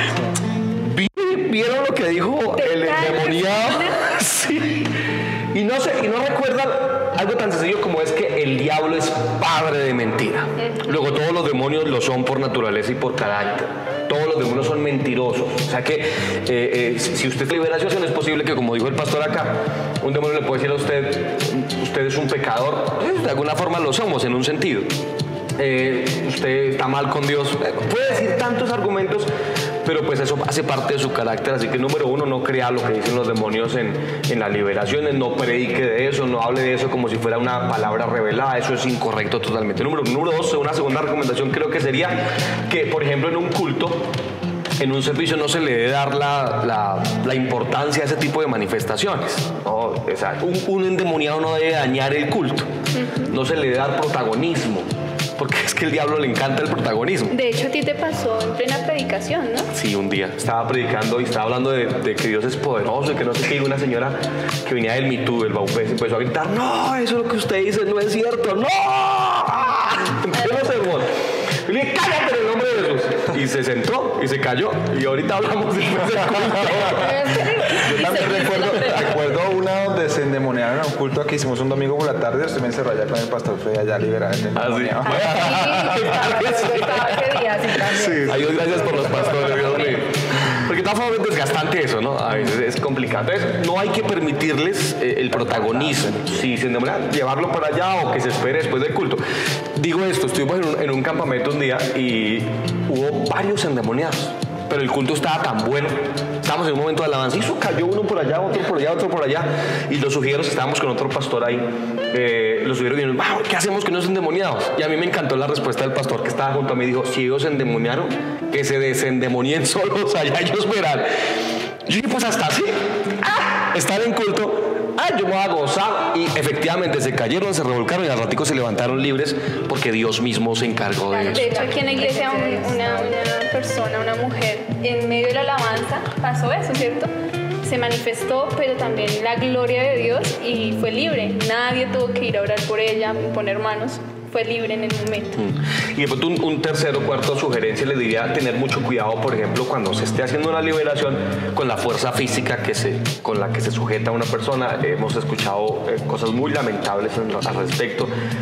¡ay! ¿Vieron lo que dijo el endemoniado? Sí. Y no, sé, y no recuerdan algo tan sencillo como es que el diablo es padre de mentira. Luego todos los demonios lo son por naturaleza y por carácter. Todos los demonios son mentirosos. O sea que eh, eh, si usted tiene liberación, es posible que, como dijo el pastor acá, un demonio le puede decir a usted, usted es un pecador. De alguna forma lo somos en un sentido. Eh, usted está mal con Dios. Puede decir tantos argumentos, pero pues eso hace parte de su carácter. Así que número uno, no crea lo que dicen los demonios en, en las liberaciones, no predique de eso, no hable de eso como si fuera una palabra revelada. Eso es incorrecto totalmente. Número, número dos, una segunda recomendación creo que sería que, por ejemplo, en un culto, en un servicio, no se le debe dar la, la, la importancia a ese tipo de manifestaciones. No, o sea, un, un endemoniado no debe dañar el culto, no se le debe dar protagonismo, porque es que al diablo le encanta el protagonismo. De hecho, a ti te pasó en plena predicación, ¿no? Sí, un día estaba predicando y estaba hablando de, de que Dios es poderoso y que no sé qué, y una señora que venía del Me Too, del Baupés, empezó a gritar, no, eso es lo que usted dice, no es cierto, no. Empezó a sermón. Y le dije, cállate en el nombre de Jesús. y se sentó y se cayó. Y ahorita hablamos después del culto. Yo también recuerdo, recuerdo una donde se endemoniaron a un culto que hicimos un domingo por la tarde. Usted me encerró allá con el pastor Fede allá liberar el endemoniado. Sí, Adiós, gracias por los pastores, Dios mío. Porque de todas formas es desgastante eso, ¿no? A veces es complicado. Entonces, no hay que permitirles eh, el protagonismo. Si se endemonian, llevarlo por allá o que se espere después del culto. Digo esto, estuvimos en un, en un campamento un día y hubo varios endemoniados. Pero el culto estaba tan bueno. Estábamos en un momento de alabanza y eso cayó uno por allá, otro por allá, otro por allá. Y los sugieros, estábamos con otro pastor ahí. Eh, los sugieros dijeron, wow, ¿qué hacemos con esos endemoniados? Y a mí me encantó la respuesta del pastor que estaba junto a mí. Dijo, si ellos se endemoniaron, que se desendemonien solos, allá ellos verán. Yo dije, pues hasta así. Ah, estar en culto. Ah, yo me voy a gozar. Y efectivamente se cayeron, se revolcaron y al ratico se levantaron libres porque Dios mismo se encargó de eso. De hecho, aquí en la iglesia un- una, una persona, una mujer, en medio de la alabanza pasó eso, ¿cierto? Se manifestó, pero también la gloria de Dios y fue libre. Nadie tuvo que ir a orar por ella, poner manos. Fue libre en el momento. Y después un, un tercero, cuarto sugerencia le diría tener mucho cuidado, por ejemplo, cuando se esté haciendo una liberación con la fuerza física que se, con la que se sujeta a una persona. Hemos escuchado eh, cosas muy lamentables en, al respecto.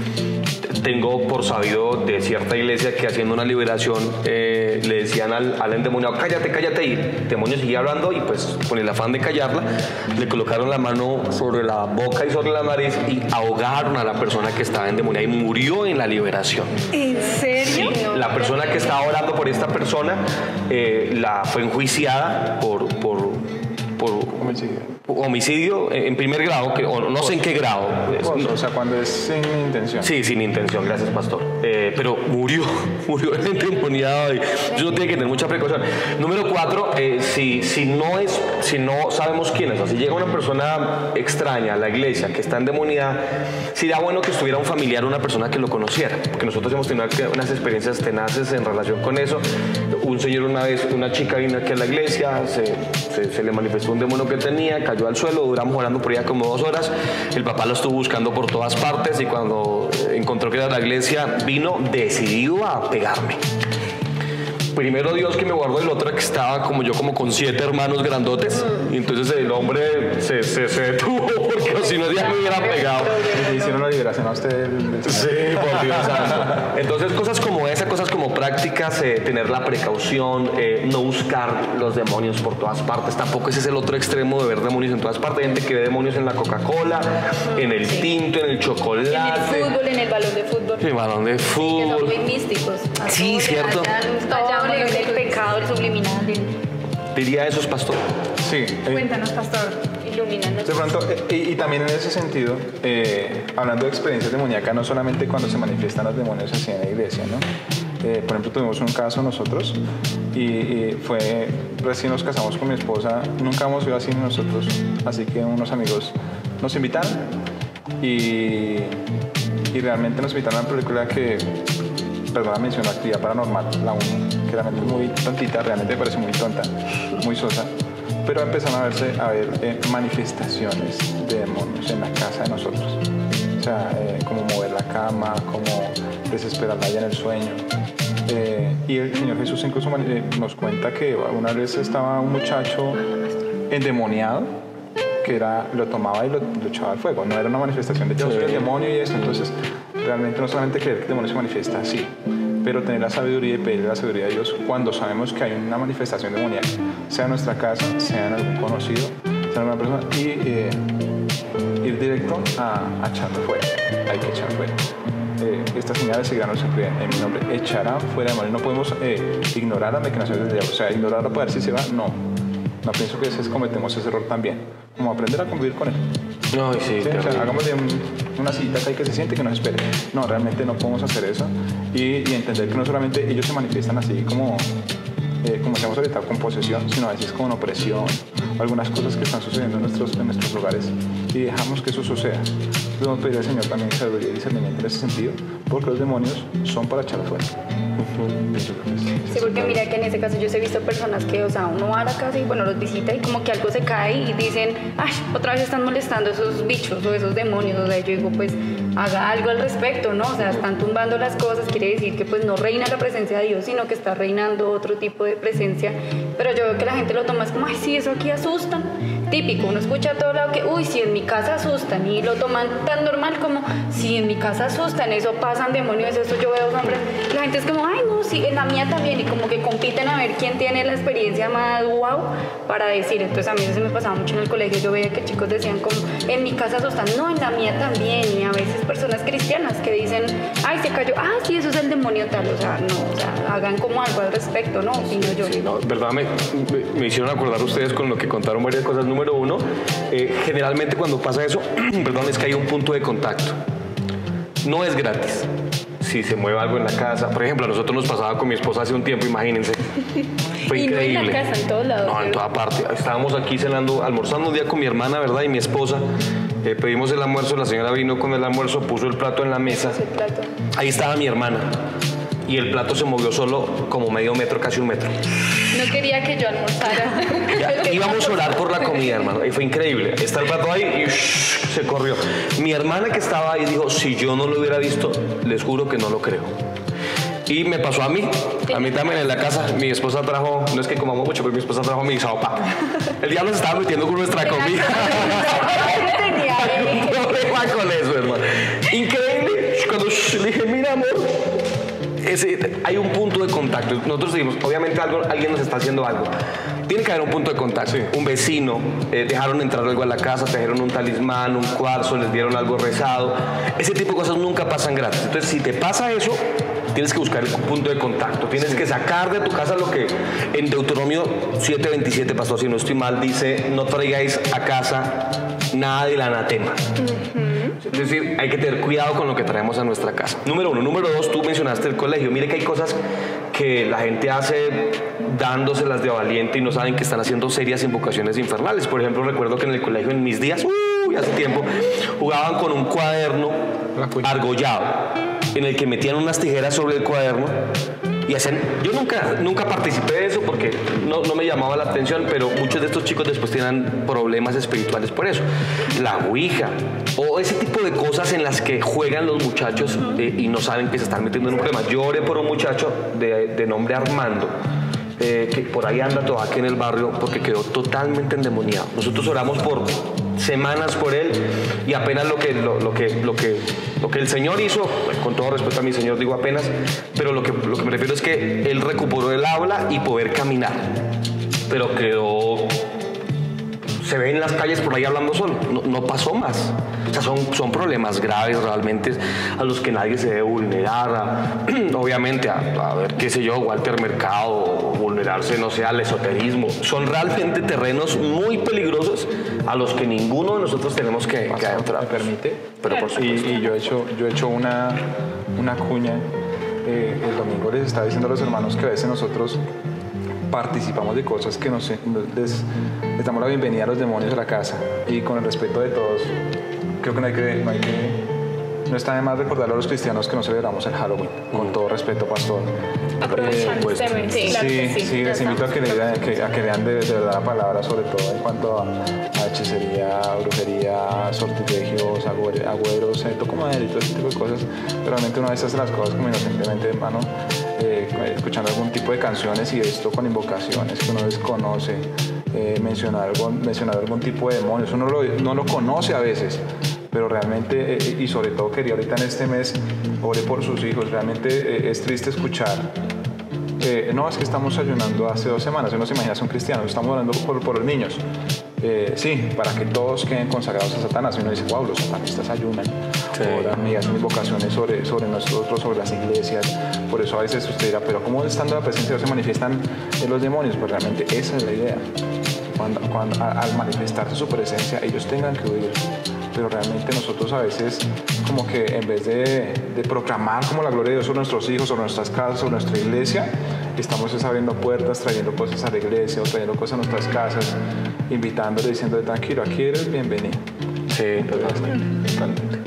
Tengo por sabido de cierta iglesia que haciendo una liberación eh, le decían al, al endemoniado, cállate, cállate, y el demonio seguía hablando y pues con el afán de callarla le colocaron la mano sobre la boca y sobre la nariz y ahogaron a la persona que estaba endemoniada y murió en la liberación. ¿En serio? Sí, la persona que estaba orando por esta persona eh, la fue enjuiciada por, por, por Homicidio. homicidio en primer grado, que, o no sé en qué grado. O sea, cuando es sin intención. Sí, sin intención, gracias pastor. Eh, pero murió, murió el endemoniado y eso no tiene que tener mucha precaución. Número cuatro, eh, si, si, no es, si no sabemos quién es, o si llega una persona extraña a la iglesia que está endemoniada, sería bueno que estuviera un familiar o una persona que lo conociera, porque nosotros hemos tenido unas experiencias tenaces en relación con eso. Un señor una vez, una chica vino aquí a la iglesia, se, se, se le manifestó un demonio que tenía, cayó al suelo, duramos orando por ella como dos horas, el papá lo estuvo buscando por todas partes y cuando encontró que era la iglesia, vino decidido a pegarme. Primero Dios que me guardó, el otro que estaba como yo, como con siete hermanos grandotes, y entonces el hombre se, se, se detuvo porque si no ya me hubieran pegado. ¿Le hicieron la liberación a usted del, del... Sí, por Dios santo. Entonces cosas como esa, cosas como prácticas, eh, tener la precaución, eh, no buscar los demonios por todas partes, tampoco ese es el otro extremo de ver demonios en todas partes. Hay gente que ve demonios en la Coca-Cola, en el tinto, en el chocolate. En el fútbol, en el balón de fútbol. El balón de Que son fútbol. muy místicos. A Sí, todos cierto. les hallan todo el pecado, el subliminal. el- Diría eso, pastor. Sí. eh, Cuéntanos, pastor, ilumínanos. De pronto, eh, y, y también en ese sentido, eh, hablando de experiencias demoníacas, no solamente cuando se manifiestan los demonios así en la iglesia, ¿no? Eh, por ejemplo, tuvimos un caso nosotros y, y fue, recién nos casamos con mi esposa, nunca hemos ido así nosotros, así que unos amigos nos invitaron y, y realmente nos invitaron a una película que, perdón la mención, Actividad Paranormal, la uno, que realmente es muy tontita, realmente me parece muy tonta, muy sosa. Pero empezaron a verse a ver eh, manifestaciones de demonios en la casa de nosotros. O sea, eh, como mover la cama, como desesperarla ya en el sueño. Eh, y el Señor Jesús incluso eh, nos cuenta que una vez estaba un muchacho endemoniado que era, lo tomaba y lo, lo echaba al fuego. No era una manifestación de yo soy el demonio y eso. Entonces, realmente no solamente creer que el demonio se manifiesta así, pero tener la sabiduría y pedirle la sabiduría a Dios cuando sabemos que hay una manifestación demoníaca, sea en nuestra casa, sea en algún conocido, sea en alguna persona, y eh, ir directo a, a echarlo fuera. Hay que echar fuera. Eh, estas señales seguirán los que en mi nombre echarán fuera demonios. No podemos eh, ignorar las maquinaciones del diablo. O sea, ignorarlo para ver si se va, no. No pienso que a veces cometemos ese error también. Como aprender a convivir con él. No, sí, Sí, o sea, hagámosle un, una cita ahí que se siente y que nos espere. No, realmente no podemos hacer eso. Y, y entender que no solamente ellos se manifiestan así como, eh, como decíamos ahorita, con posesión, sino a veces con opresión, algunas cosas que están sucediendo en nuestros, en nuestros hogares. Y dejamos que eso suceda. Debemos pedir al Señor también sabiduría y discernimiento en ese sentido, porque los demonios son para echar afuera. Sí, porque mira que en ese caso yo he visto personas que, o sea, uno va a la casa y bueno, los visita y como que algo se cae y dicen, ay, otra vez están molestando esos bichos o esos demonios. O sea, yo digo, pues, haga algo al respecto, ¿no? O sea, están tumbando las cosas, quiere decir que pues no reina la presencia de Dios, sino que está reinando otro tipo de presencia. Pero yo veo que la gente lo toma es como, ay, sí, eso aquí asustan. Típico, uno escucha a todo lado que, uy, si en mi casa asustan, y lo toman tan normal como, si en mi casa asustan, eso pasan demonios, eso yo veo hombres. La gente es como, ay, no, sí, en la mía también, y como que compiten a ver quién tiene la experiencia más wow para decir. Entonces a mí eso me pasaba mucho en el colegio, yo veía que chicos decían como, en mi casa asustan, no, en la mía también, y a veces personas cristianas que dicen, ay, se cayó, ah, sí, eso es el demonio tal, o sea, no, o sea, hagan como algo al respecto, ¿no? Opino yo. Sí, no, verdad, me, me, me hicieron acordar ustedes con lo que contaron varias cosas. Número uno, eh, generalmente cuando pasa eso, perdón, es que hay un punto de contacto. No es gratis. Si se mueve algo en la casa, por ejemplo, a nosotros nos pasaba con mi esposa hace un tiempo, imagínense. Fue y increíble. No en la casa, en todos lados. No, en toda parte. Estábamos aquí cenando, almorzando un día con mi hermana, ¿verdad? Y mi esposa. Eh, pedimos el almuerzo, la señora vino con el almuerzo, puso el plato en la mesa. El plato. Ahí estaba mi hermana. Y el plato se movió solo como medio metro, casi un metro. No quería que yo almorzara. Ya, íbamos a orar por la comida, hermano. Y fue increíble. Está el plato ahí y shh, se corrió. Mi hermana que estaba ahí dijo, si yo no lo hubiera visto, les juro que no lo creo. Y me pasó a mí, a mí también en la casa. Mi esposa trajo, no es que comamos mucho, pero mi esposa trajo mi sopa. El diablo se estaba metiendo con nuestra comida. No problema con eso, hermano. Increíble. Cuando shh, le dije, mira, amor, ese, hay un punto de contacto. Nosotros decimos, obviamente algo, alguien nos está haciendo algo. Tiene que haber un punto de contacto. Sí. Un vecino, eh, dejaron entrar algo a la casa, trajeron un talismán, un cuarzo, les dieron algo rezado. Ese tipo de cosas nunca pasan gratis. Entonces, si te pasa eso, tienes que buscar el punto de contacto. Tienes sí. que sacar de tu casa lo que en Deuteronomio siete veintisiete, pastor, si no estoy mal, dice, no traigáis a casa nada del anatema. Uh-huh. Es decir, hay que tener cuidado con lo que traemos a nuestra casa. Número uno. Número dos, tú mencionaste el colegio. Mire que hay cosas que la gente hace dándoselas de valiente y no saben que están haciendo serias invocaciones infernales. Por ejemplo, recuerdo que en el colegio en mis días, uy, hace tiempo, jugaban con un cuaderno argollado en el que metían unas tijeras sobre el cuaderno y hacían... Yo nunca, nunca participé de eso porque no, no me llamaba la atención, pero muchos de estos chicos después tienen problemas espirituales por eso. La ouija o ese tipo de cosas en las que juegan los muchachos eh, y no saben que se están metiendo en un problema. Yo oré por un muchacho de, de nombre Armando, eh, que por ahí anda todavía aquí en el barrio porque quedó totalmente endemoniado. Nosotros oramos por semanas por él y apenas lo que, lo, lo que, lo que, lo que el Señor hizo, con todo respeto a mi Señor digo apenas, pero lo que, lo que me refiero es que él recuperó el habla y poder caminar, pero quedó... Se ve en las calles por ahí hablando solo, no, no pasó más. O sea, son, son problemas graves realmente a los que nadie se debe vulnerar. A, obviamente, a, a ver, qué sé yo, Walter Mercado, vulnerarse, no sé, al esoterismo. Son realmente terrenos muy peligrosos a los que ninguno de nosotros tenemos que, que adentrar. ¿Me permite? Pero por supuesto. Y, y yo he hecho, yo he hecho una, una cuña. Eh, el domingo les estaba diciendo a los hermanos que a veces nosotros participamos de cosas que nos, les, les damos la bienvenida a los demonios a la casa y con el respeto de todos. Creo que no hay que, no hay que no está de más recordarle a los cristianos que no celebramos el Halloween, con todo respeto, pastor. Aprovechando pues, este mes. sí, Claro que sí, sí, sí, les invito a que, lean, que, a que lean de, de verdad la palabra, sobre todo en cuanto a, a hechicería, brujería, sortilegios, agüeros, eh, toco madera y todo ese tipo de cosas. Pero realmente uno a veces hace las cosas como inocentemente, hermano, eh, escuchando algún tipo de canciones y esto con invocaciones que uno desconoce, eh, mencionar, algo, mencionar algún tipo de demonios, uno lo, no lo conoce a veces. Pero realmente, eh, y sobre todo quería ahorita en este mes, ore por sus hijos. Realmente eh, es triste escuchar, eh, no, es que estamos ayunando hace dos semanas, uno se imagina, son cristianos, estamos orando por, por los niños. Eh, sí, para que todos queden consagrados a Satanás. Y uno dice, wow, los satanistas ayunan, sí. Oran y hacen invocaciones sobre, sobre nosotros, sobre las iglesias. Por eso a veces usted dirá, pero ¿cómo estando la presencia de Dios se manifiestan en los demonios? Pues realmente esa es la idea. Cuando, cuando, al manifestarse su presencia, ellos tengan que huir. Pero realmente nosotros a veces como que en vez de, de proclamar como la gloria de Dios sobre nuestros hijos, sobre nuestras casas, sobre nuestra iglesia, estamos abriendo puertas, trayendo cosas a la iglesia o trayendo cosas a nuestras casas, invitándole, diciéndole, tranquilo, aquí eres bienvenido. Sí, totalmente. totalmente.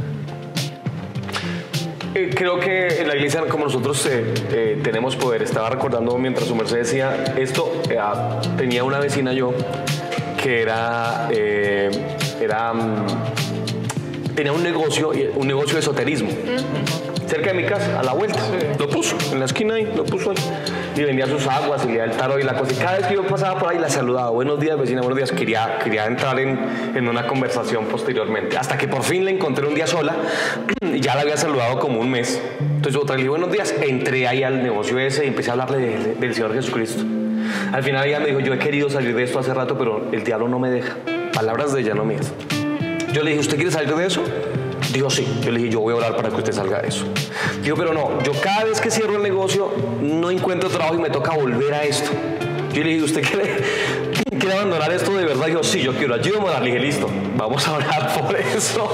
Eh, creo que en la iglesia como nosotros eh, eh, tenemos poder. Estaba recordando mientras su merced decía esto, eh, tenía una vecina yo que era... Eh, era tenía un negocio, un negocio de esoterismo. Uh-huh. Cerca de mi casa, a la vuelta. Sí. Lo puso, en la esquina ahí, lo puso ahí. Y vendía sus aguas, y leía el tarot y la cosa. Y cada vez que yo pasaba por ahí, la saludaba. Buenos días, vecina, buenos días. Quería, quería entrar en, en una conversación posteriormente. Hasta que por fin la encontré un día sola. Y ya la había saludado como un mes. Entonces otra le dije, buenos días. Entré ahí al negocio ese y empecé a hablarle de, de, del Señor Jesucristo. Al final ella me dijo, yo he querido salir de esto hace rato, pero el diablo no me deja. Palabras de ella, no mías. Yo le dije, ¿usted quiere salir de eso? Dijo, sí. Yo le dije, yo voy a orar para que usted salga de eso. Dijo, pero no, yo cada vez que cierro el negocio no encuentro trabajo y me toca volver a esto. Yo le dije, ¿usted quiere, quiere abandonar esto de verdad? Dijo, sí, yo quiero, ayúdame a orar. Le dije, listo, vamos a orar por eso.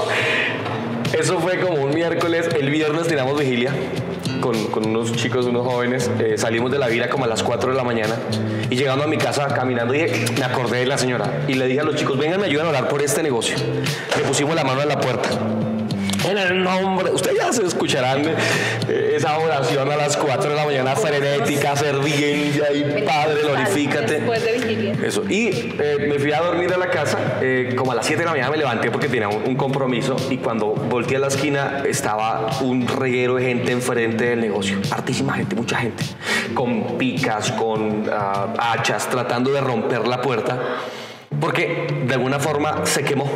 Eso fue como un miércoles. El viernes teníamos vigilia con, con unos chicos, unos jóvenes. Eh, salimos de la vila como a las cuatro de la mañana. Y llegando a mi casa, caminando, dije, me acordé de la señora. Y le dije a los chicos, vengan, me ayudan a orar por este negocio. Le pusimos la mano en la puerta. En el nombre, ustedes ya se escucharán eh, esa oración a las cuatro de la mañana, frenética, ferviente, y Padre, glorifícate. Después de vigilia. Eso. Y eh, me fui a dormir a la casa, eh, como a las siete de la mañana me levanté porque tenía un, un compromiso. Y cuando volteé a la esquina, estaba un reguero de gente enfrente del negocio. Hartísima gente, mucha gente. Con picas, con uh, hachas, tratando de romper la puerta. Porque de alguna forma se quemó.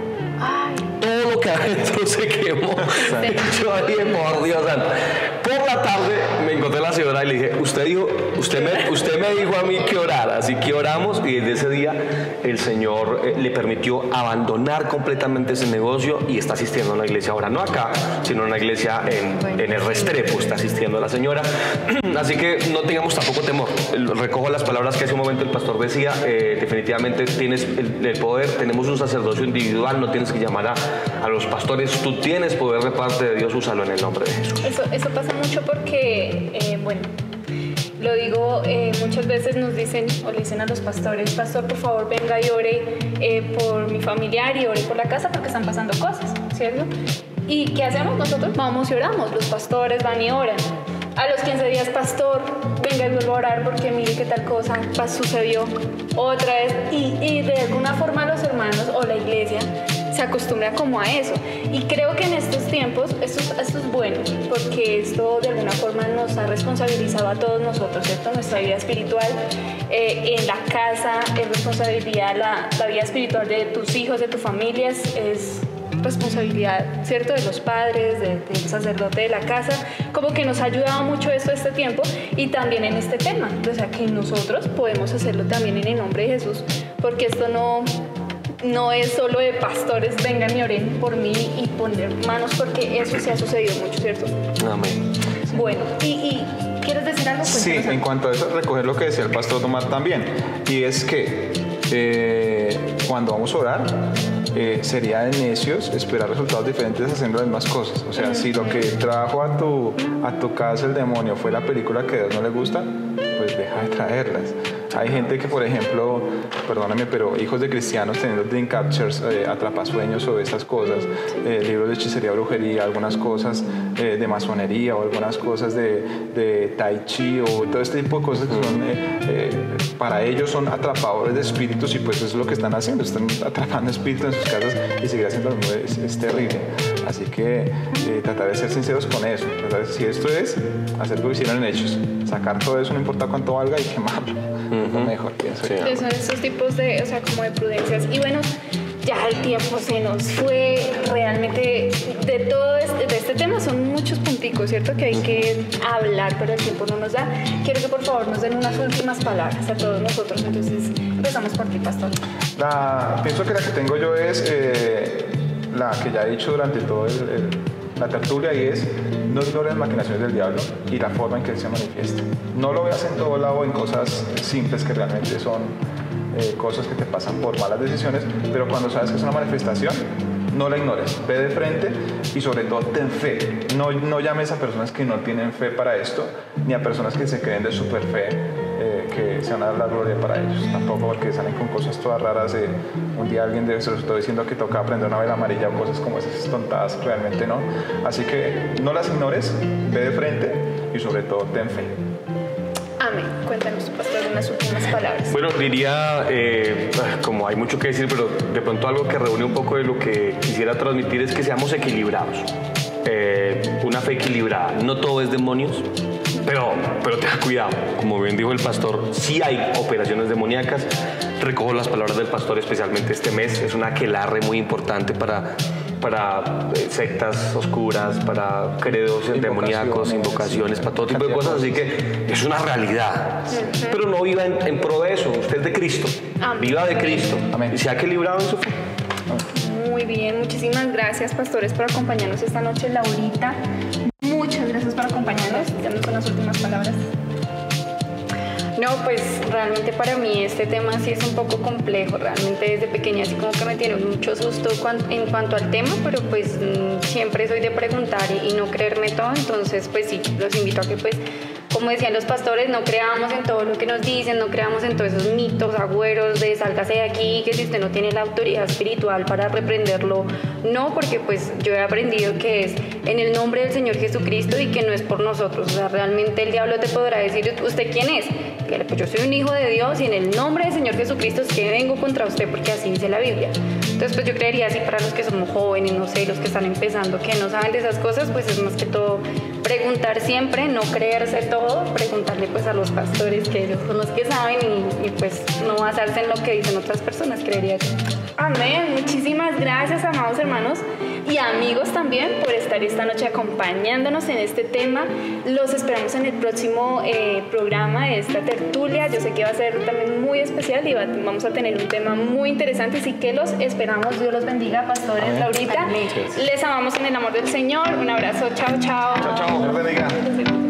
Todo lo que adentro se quemó. Yo dije, por Dios santo. Por la tarde me encontré a la señora y le dije, usted dijo, usted me, usted me dijo a mí que orara, así que oramos, y desde ese día el Señor eh, le permitió abandonar completamente ese negocio y está asistiendo a una iglesia ahora, no acá, sino a una iglesia en, en el Restrepo, está asistiendo a la señora. Así que no tengamos tampoco temor. Recojo las palabras que hace un momento el pastor decía, eh, definitivamente tienes el, el poder, tenemos un sacerdocio individual, no tienes que llamar a, a los pastores, tú tienes poder de parte de Dios, úsalo en el nombre de Jesús. Eso, eso pasa mucho porque, eh, bueno, lo digo, eh, muchas veces nos dicen o le dicen a los pastores, pastor, por favor venga y ore eh, por mi familiar y ore por la casa porque están pasando cosas, ¿cierto? ¿Y qué hacemos nosotros? Vamos y oramos, los pastores van y oran. A los quince días, pastor, venga y vuelvo a orar porque mire qué tal cosa sucedió otra vez. Y, y de alguna forma los hermanos o la iglesia se acostumbra como a eso. Y creo que en estos tiempos esto, esto es bueno, porque esto de alguna forma nos ha responsabilizado a todos nosotros, ¿cierto? Nuestra vida espiritual, eh, en la casa es responsabilidad, la, la vida espiritual de tus hijos, de tu familia es, es responsabilidad, ¿cierto? De los padres, de, del sacerdote de la casa. Como que nos ha ayudado mucho esto este tiempo y también en este tema. O sea, que nosotros podemos hacerlo también en el nombre de Jesús, porque esto no... no es solo de pastores, vengan y oren por mí y poner manos, porque eso se ha sucedido mucho, ¿cierto? Amén. Bueno, y, y ¿quieres decir algo? Sí, en cuanto a eso, recoger lo que decía el pastor Tomás también, y es que eh, cuando vamos a orar, eh, sería de necios esperar resultados diferentes haciendo las mismas cosas. O sea, uh-huh. si lo que trajo a tu, a tu casa el demonio fue la película que a Dios no le gusta, pues deja de traerlas. Hay gente que, por ejemplo, perdóname, pero hijos de cristianos teniendo dream captures, eh, atrapasueños o esas cosas, eh, libros de hechicería, brujería, algunas cosas eh, de masonería o algunas cosas de, de tai chi o todo este tipo de cosas que son, eh, eh, para ellos son atrapadores de espíritus, y pues eso es lo que están haciendo, están atrapando espíritus en sus casas y seguir haciendo lo mismo es, es terrible. Así que eh, tratar de ser sinceros con eso, tratar de, si esto es hacer lo que hicieron en Hechos, sacar todo eso, no importa cuánto valga, y quemarlo. Uh-huh. Mejor, pienso sí. Son estos tipos de, o sea, como de prudencias. Y bueno, ya el tiempo se nos fue. Realmente de todo este, de este tema son muchos punticos, ¿cierto? Que hay que hablar, pero el tiempo no nos da. Quiero que por favor nos den unas últimas palabras a todos nosotros. Entonces empezamos por ti, pastor. La, pienso que la que tengo yo es eh, la que ya he dicho durante todo el, el, la tertulia, y es: no ignores las maquinaciones del diablo y la forma en que él se manifiesta. No lo veas en todo lado en cosas simples que realmente son eh, cosas que te pasan por malas decisiones, pero cuando sabes que es una manifestación, no la ignores, ve de frente y sobre todo ten fe. No, no llames a personas que no tienen fe para esto, ni a personas que se creen de super fe, eh, que se van a dar la gloria para ellos. Tampoco, porque salen con cosas todas raras. De, un día alguien se los estoy diciendo que toca aprender una vela amarilla o cosas como esas tontadas, realmente no. Así que no las ignores, ve de frente y sobre todo ten fe. Amén. Cuéntanos, pastor, unas últimas palabras. Bueno, diría, eh, como hay mucho que decir, pero de pronto algo que reúne un poco de lo que quisiera transmitir es que seamos equilibrados. Eh, una fe equilibrada. No todo es demonios, pero, pero tenga cuidado. Como bien dijo el pastor, sí hay operaciones demoníacas. Recojo las palabras del pastor, especialmente este mes. Es una aquelarre muy importante para, para eh, sectas oscuras, para credos demoníacos, invocaciones, para todo tipo de cosas. Así que es una realidad. Uh-huh. Pero no viva en, en pro de eso. Usted es de Cristo. Amén. Viva de Cristo. Amén. Y sea equilibrado en su fe. Muy bien, muchísimas gracias, pastores, por acompañarnos esta noche. Laurita, muchas gracias por acompañarnos. Danos unas últimas palabras. No, pues realmente para mí este tema sí es un poco complejo. Realmente desde pequeña así como que me tiene mucho susto en cuanto al tema, pero pues siempre soy de preguntar y no creerme todo. Entonces pues sí, los invito a que pues, como decían los pastores, no creamos en todo lo que nos dicen, no creamos en todos esos mitos agüeros de sálgase de aquí, que si usted no tiene la autoridad espiritual para reprenderlo, no, porque pues yo he aprendido que es en el nombre del Señor Jesucristo y que no es por nosotros. O sea, realmente el diablo te podrá decir, ¿usted quién es? Que pues yo soy un hijo de Dios y en el nombre del Señor Jesucristo es que vengo contra usted, porque así dice la Biblia. Entonces pues yo creería así para los que somos jóvenes, no sé, los que están empezando, que no saben de esas cosas, pues es más que todo preguntar siempre, no creerse todo, preguntarle pues a los pastores, que ellos son los que saben, y, y pues no basarse en lo que dicen otras personas, creería yo. Amén. Muchísimas gracias, amados hermanos y amigos también, por estar esta noche acompañándonos en este tema. Los esperamos en el próximo eh, programa de esta tertulia. Yo sé que va a ser también muy especial y va, vamos a tener un tema muy interesante, así que los esperamos. Dios los bendiga, pastores. Amén. Laurita. Amén. Les amamos en el amor del Señor. Un abrazo. Chao, chao. Chao, chao. Dios bendiga.